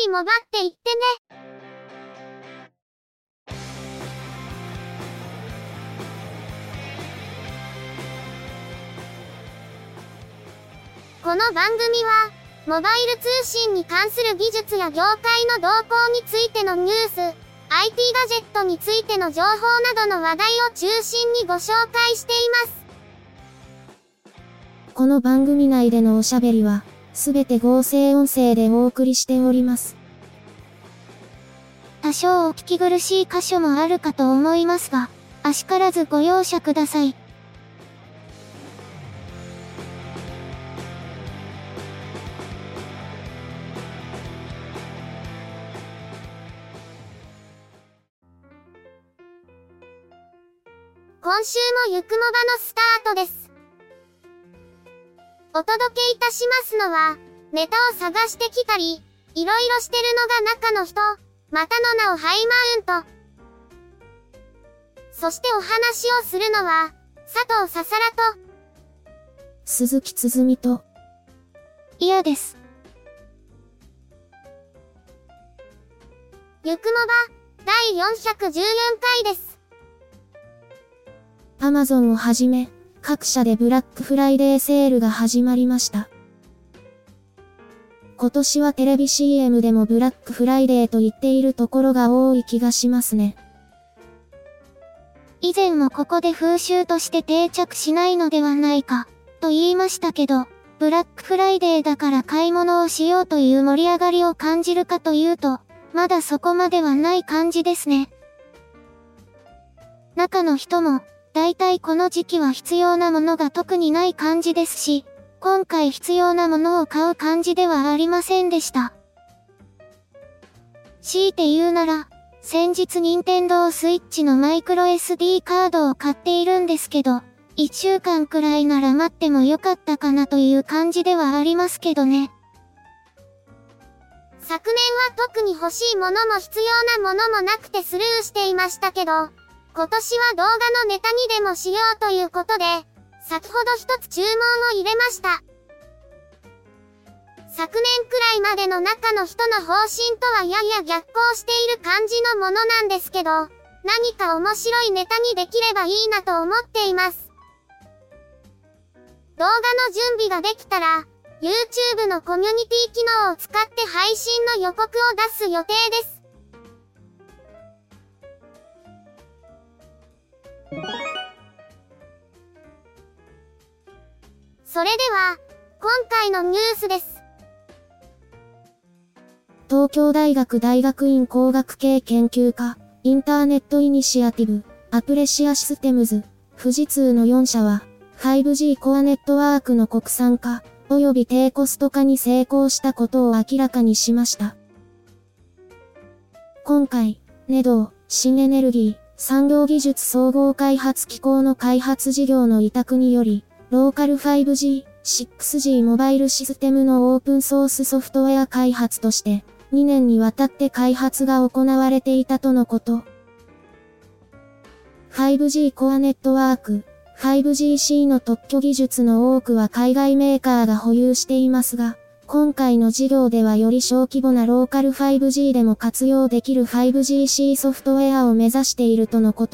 りもばっていってね。この番組は、モバイル通信に関する技術や業界の動向についてのニュース、IT ガジェットについての情報などの話題を中心にご紹介しています。 この番組内でのおしゃべりは、すべて合成音声でお送りしております。 多少お聞き苦しい箇所もあるかと思いますが、あしからずご容赦ください。今週もゆくもばのスタートです。お届けいたしますのは、ネタを探してきたり、いろいろしてるのが中の人、またの名をハイマウント。そしてお話をするのは、佐藤ささらと、 鈴木つづみと、 いやです。ゆくもば、第414回です。 Amazon をはじめ、各社でブラックフライデーセールが始まりました。今年はテレビ CM でもブラックフライデーと言っているところが多い気がしますね。 以前もここで風習として定着しないのではないか、と言いましたけど、ブラックフライデーだから買い物をしようという盛り上がりを感じるかというと、まだそこまではない感じですね。中の人も、だいたいこの時期は必要なものが特にない感じですし、今回必要なものを買う感じではありませんでした。強いて言うなら、先日任天堂スイッチのマイクロ SD カードを買っているんですけど、1週間くらいなら待ってもよかったかなという感じではありますけどね。昨年は特に欲しいものも必要なものもなくてスルーしていましたけど、今年は動画のネタにでもしようということで、先ほど一つ注文を入れました。昨年くらいまでの中の人の方針とはやや逆行している感じのものなんですけど、何か面白いネタにできればいいなと思っています。動画の準備ができたら、YouTube のコミュニティ機能を使って配信の予告を出す予定です。それでは、今回のニュースです。 東京大学大学院工学系研究科、インターネットイニシアティブ、アプレシアシステムズ、富士通の4社は、5G コアネットワークの国産化、及び低コスト化に成功したことを明らかにしました。今回、NEDO、新エネルギー、産業技術総合開発機構の開発事業の委託により、ローカル 5G、6G モバイルシステムのオープンソースソフトウェア開発として、2年にわたって開発が行われていたとのこと。5G コアネットワーク、5GC の特許技術の多くは海外メーカーが保有していますが、今回の事業ではより小規模なローカル 5G でも活用できる 5GC ソフトウェアを目指しているとのこと。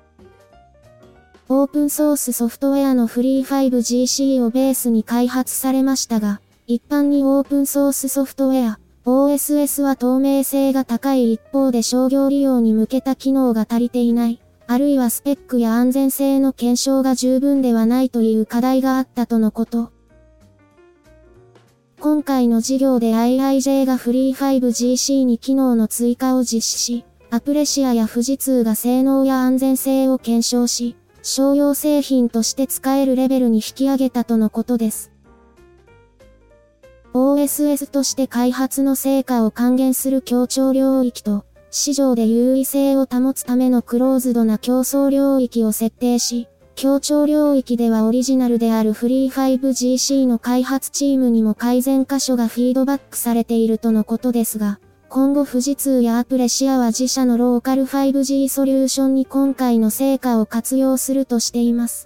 オープンソースソフトウェアのフリー 5GC をベースに開発されましたが、一般にオープンソースソフトウェア、OSS は透明性が高い一方で商業利用に向けた機能が足りていない、あるいはスペックや安全性の検証が十分ではないという課題があったとのこと。今回の事業で IIJ がフリー 5GC に機能の追加を実施し、アプレシアや富士通が性能や安全性を検証し、商用製品として使えるレベルに引き上げたとのことです。OSS として開発の成果を還元する協調領域と、市場で優位性を保つためのクローズドな競争領域を設定し、協調領域ではオリジナルであるフリー 5GC の開発チームにも改善箇所がフィードバックされているとのことですが、今後富士通やアプレシアは自社のローカル 5G ソリューションに今回の成果を活用するとしています。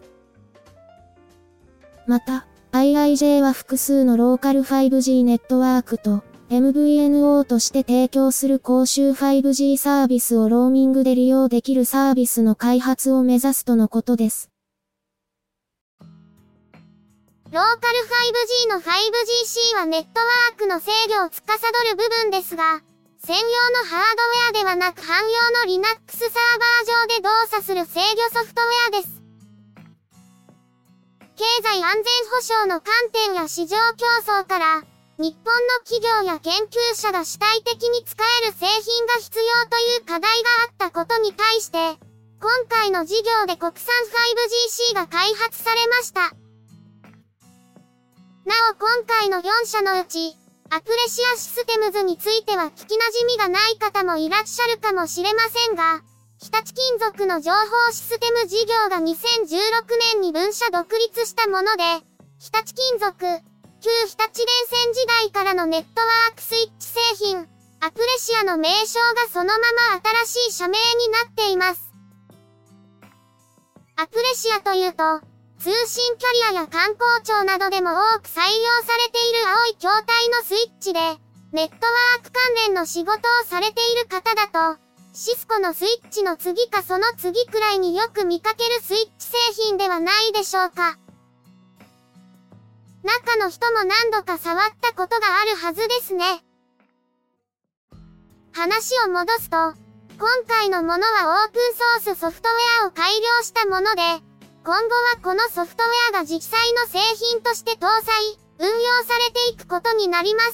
また、IIJ は複数のローカル 5G ネットワークと MVNO として提供する公衆 5G サービスをローミングで利用できるサービスの開発を目指すとのことです。 ローカル 5G の 5GC はネットワークの制御を司る部分ですが、専用のハードウェアではなく汎用の Linux サーバー上で動作する制御ソフトウェアです。経済安全保障の観点や市場競争から、日本の企業や研究者が主体的に使える製品が必要という課題があったことに対して、今回の事業で国産 5GC が開発されました。なお今回の4社のうち、アプレシアシステムズについては聞き馴染みがない方もいらっしゃるかもしれませんが、日立金属の情報システム事業が2016年に分社独立したもので、日立金属、旧日立電線時代からのネットワークスイッチ製品、アプレシアの名称がそのまま新しい社名になっています。アプレシアというと、通信キャリアや官公庁などでも多く採用されている青い筐体のスイッチで、ネットワーク関連の仕事をされている方だと、シスコのスイッチの次かその次くらいによく見かけるスイッチ製品ではないでしょうか。中の人も何度か触ったことがあるはずですね。話を戻すと、今回のものはオープンソースソフトウェアを改良したもので、今後はこのソフトウェアが実際の製品として搭載、運用されていくことになります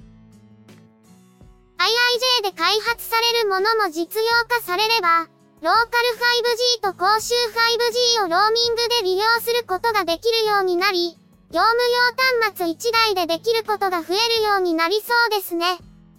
。IIJ で開発されるものも実用化されれば、ローカル 5G と公衆 5G をローミングで利用することができるようになり、業務用端末1台でできることが増えるようになりそうですね。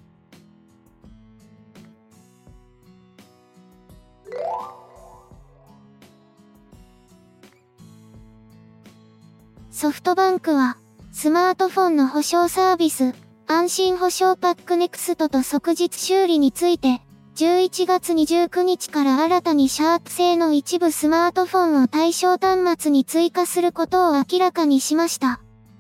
ソフトバンクは、スマートフォンの保証サービス、安心保証パックネクストと即日修理について、11月29日から新たにシャープ製の一部スマートフォンを対象端末に追加することを明らかにしました。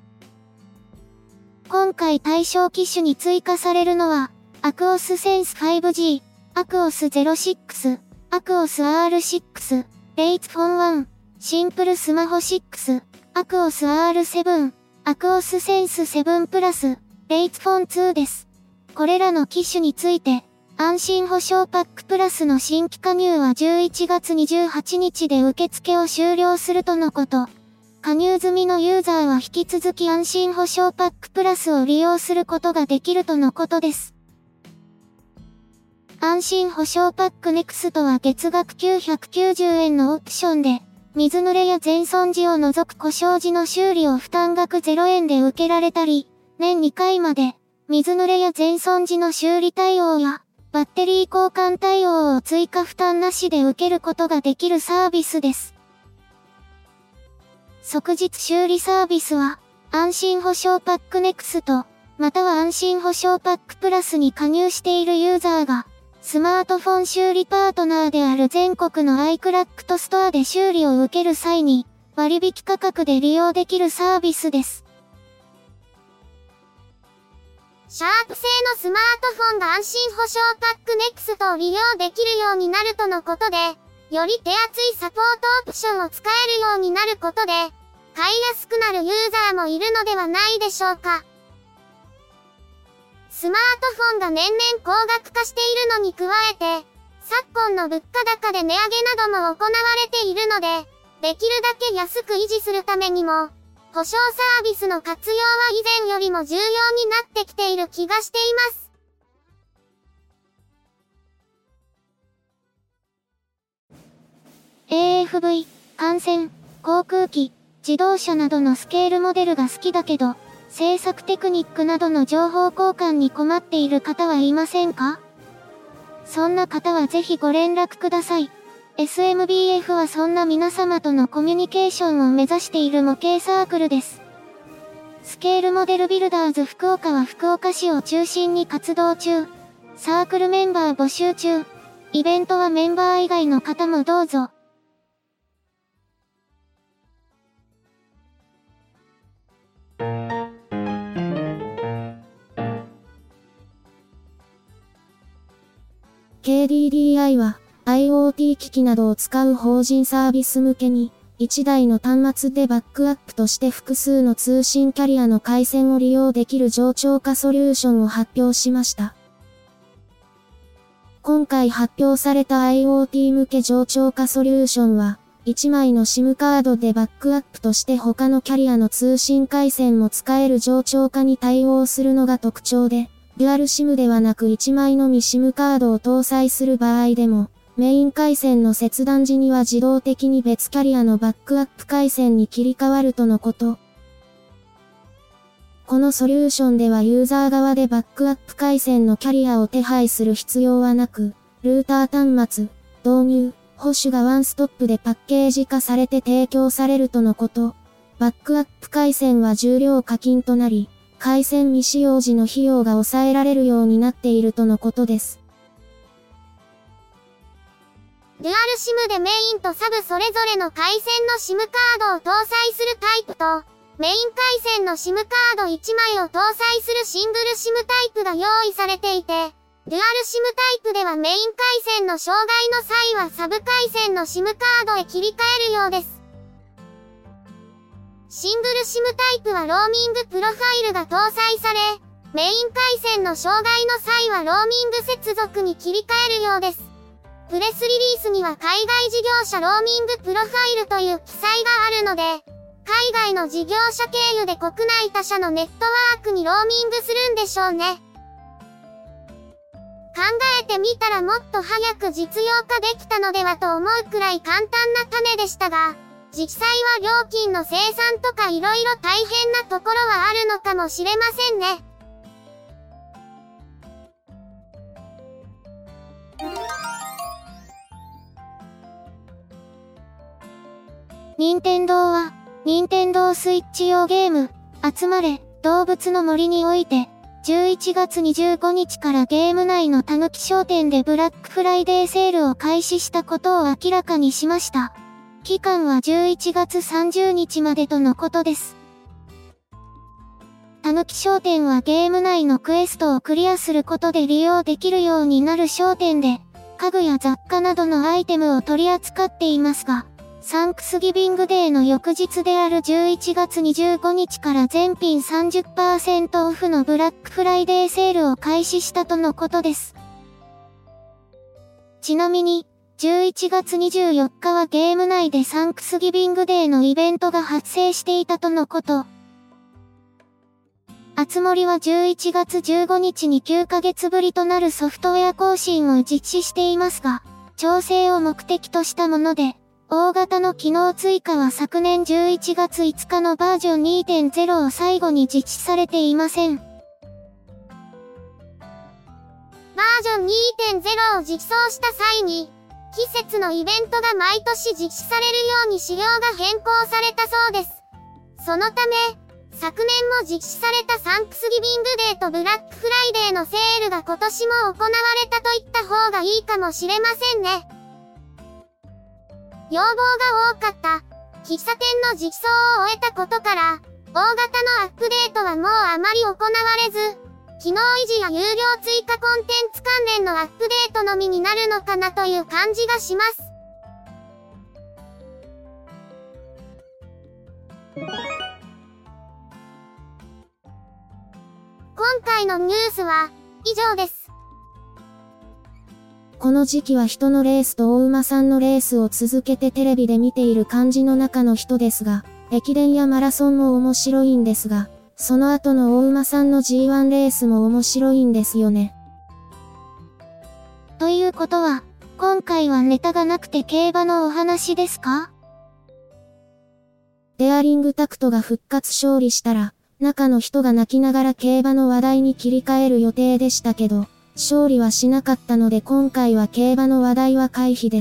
今回対象機種に追加されるのは、アクオスセンス 5G、アクオス06、アクオス R6、レイツフォン1、シンプルスマホ6、アクオス R7、アクオスセンス7プラス、レイツフォン2です。これらの機種について、安心保証パックプラスの新規加入は11月28日で受付を終了するとのこと。加入済みのユーザーは引き続き安心保証パックプラスを利用することができるとのことです。安心保証パックネクストは月額990円のオプションで、水濡れや全損時を除く故障時の修理を負担額0円で受けられたり、年2回まで、水濡れや全損時の修理対応や、バッテリー交換対応を追加負担なしで受けることができるサービスです。即日修理サービスは、安心保証パックネクスト、または安心保証パックプラスに加入しているユーザーが、スマートフォン修理パートナーである全国のアイクラックとストアで修理を受ける際に、割引価格で利用できるサービスです。 シャープ製のスマートフォンが安心保証パックネクストを利用できるようになるとのことで、より手厚いサポートオプションを使えるようになることで、買いやすくなるユーザーもいるのではないでしょうか。スマートフォンが年々高額化しているのに加えて、昨今の物価高で値上げなども行われているので、できるだけ安く維持するためにも、保証サービスの活用は以前よりも重要になってきている気がしています。 AFV、艦船、航空機、自動車などのスケールモデルが好きだけど、制作テクニックなどの情報交換に困っている方はいませんか？そんな方はぜひご連絡ください。SMBF はそんな皆様とのコミュニケーションを目指している模型サークルです。スケールモデルビルダーズ福岡は福岡市を中心に活動中。サークルメンバー募集中。イベントはメンバー以外の方もどうぞ。 KDDI は IoT 機器などを使う法人サービス向けに1台の端末でバックアップとして複数の通信キャリアの回線を利用できる冗長化ソリューションを発表しました。今回発表された IoT 向け冗長化ソリューションは、1枚の SIM カードでバックアップとして他のキャリアの通信回線も使える冗長化に対応するのが特徴で、デュアル SIM ではなく1枚のみ SIM カードを搭載する場合でも、メイン回線の切断時には自動的に別キャリアのバックアップ回線に切り替わるとのこと。このソリューションではユーザー側でバックアップ回線のキャリアを手配する必要はなく、ルーター端末、導入、保守がワンストップでパッケージ化されて提供されるとのこと。バックアップ回線は重量課金となり、回線未使用時の費用が抑えられるようになっているとのことです。 デュアル SIM でメインとサブそれぞれの回線の SIM カードを搭載するタイプと、メイン回線の SIM カード1枚を搭載するシングル SIM タイプが用意されていて、デュアル SIM タイプではメイン回線の障害の際はサブ回線の SIM カードへ切り替えるようです。シングル SIM タイプはローミングプロファイルが搭載され、メイン回線の障害の際はローミング接続に切り替えるようです。プレスリリースには海外事業者ローミングプロファイルという記載があるので、海外の事業者経由で国内他社のネットワークにローミングするんでしょうね。考えてみたらもっと早く実用化できたのではと思うくらい簡単な種でしたが、実際は料金の生産とか色々大変なところはあるのかもしれませんね。 任天堂は、任天堂スイッチ用ゲーム、集まれ、動物の森において、11月25日からゲーム内のたぬき商店でブラックフライデーセールを開始したことを明らかにしました。期間は11月30日までとのことです。たぬき商店はゲーム内のクエストをクリアすることで利用できるようになる商店で、家具や雑貨などのアイテムを取り扱っていますが、サンクスギビングデーの翌日である11月25日から全品 30% オフのブラックフライデーセールを開始したとのことです。ちなみに、11月24日はゲーム内でサンクスギビングデーのイベントが発生していたとのこと。あつ森は11月15日に9ヶ月ぶりとなるソフトウェア更新を実施していますが、調整を目的としたもので、大型の機能追加は昨年11月5日のバージョン 2.0 を最後に実施されていません。 バージョン 2.0 を実装した際に、季節のイベントが毎年実施されるように仕様が変更されたそうです。そのため、昨年も実施されたサンクスギビングデーとブラックフライデーのセールが今年も行われたと言った方がいいかもしれませんね。要望が多かった喫茶店の実装を終えたことから、大型のアップデートはもうあまり行われず、機能維持や有料追加コンテンツ関連のアップデートのみになるのかなという感じがします。今回のニュースは以上です。 この時期は人のレースとお馬さんのレースを続けてテレビで見ている感じの中の人ですが、駅伝やマラソンも面白いんですが、その後のお馬さんの G1 レースも面白いんですよね。 ということは、今回はネタがなくて競馬のお話ですか？ デアリングタクトが復活勝利したら、中の人が泣きながら競馬の話題に切り替える予定でしたけど、勝利はしなかったので今回は競馬の話題は回避です。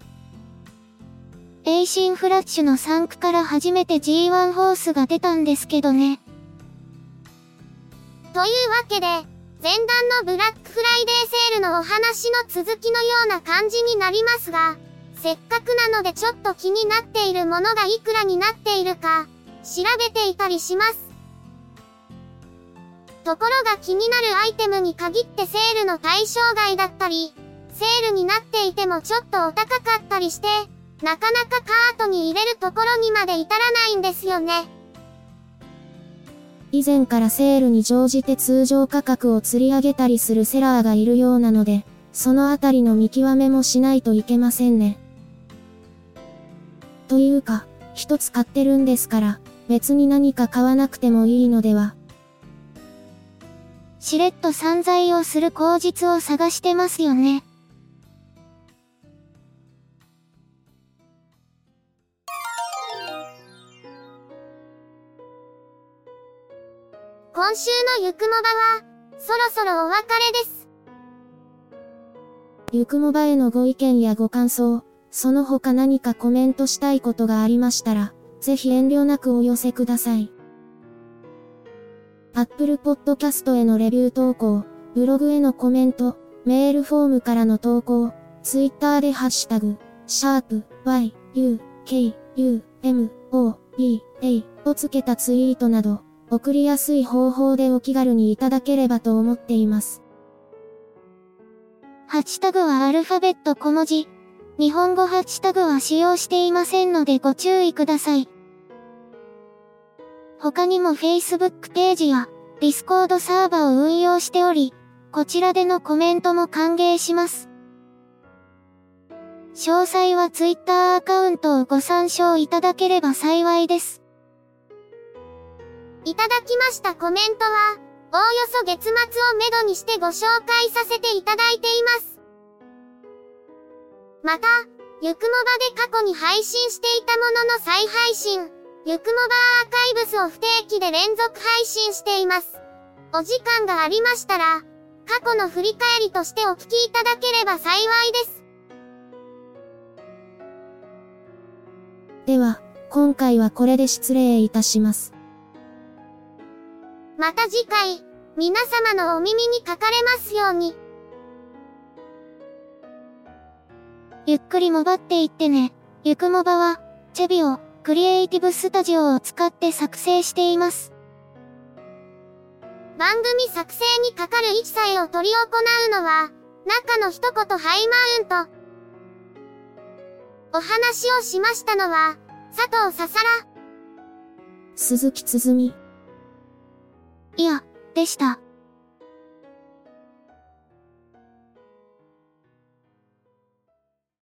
エイシンフラッシュの3区から初めて G1 ホースが出たんですけどね。 というわけで、前段のブラックフライデーセールのお話の続きのような感じになりますが、せっかくなのでちょっと気になっているものがいくらになっているか、調べていたりします。ところが気になるアイテムに限ってセールの対象外だったり、セセールになっていてもちょっとお高かったりして、なかなかカートに入れるところにまで至らないんですよね。 以前からセールに乗じて通常価格を釣り上げたりするセラーがいるようなので、そのあたりの見極めもしないといけませんね。というか、一つ買ってるんですから、別に何か買わなくてもいいのでは。 しれっと散財をする口実を探してますよね。 今週のゆくもばは、そろそろお別れです。 ゆくもばへのご意見やご感想、その他何かコメントしたいことがありましたら、ぜひ遠慮なくお寄せください。Apple Podcast へのレビュー投稿、ブログへのコメント、メールフォームからの投稿、Twitter でハッシュタグ、#YUKUMOBA をつけたツイートなど、送りやすい方法でお気軽にいただければと思っています。 ハッシュタグはアルファベット小文字。日本語ハッシュタグは使用していませんのでご注意ください。他にも Facebook ページや Discord サーバを運用しており、こちらでのコメントも歓迎します。詳細は Twitter アカウントをご参照いただければ幸いです。 いただきましたコメントは、おおよそ月末をめどにしてご紹介させていただいています。また、ゆくもばで過去に配信していたものの再配信、ゆくもばアーカイブスを不定期で連続配信しています。お時間がありましたら、過去の振り返りとしてお聞きいただければ幸いです。 では、今回はこれで失礼いたします。 また次回、皆様のお耳にかかれますように。 ゆっくりもばっていってね。ゆくもばは、チェビオ、クリエイティブスタジオを使って作成しています。 番組作成にかかる一切を執り行うのは、中の一言ハイマウント。お話をしましたのは、佐藤ささら、 鈴木つづみ。 いや、でした。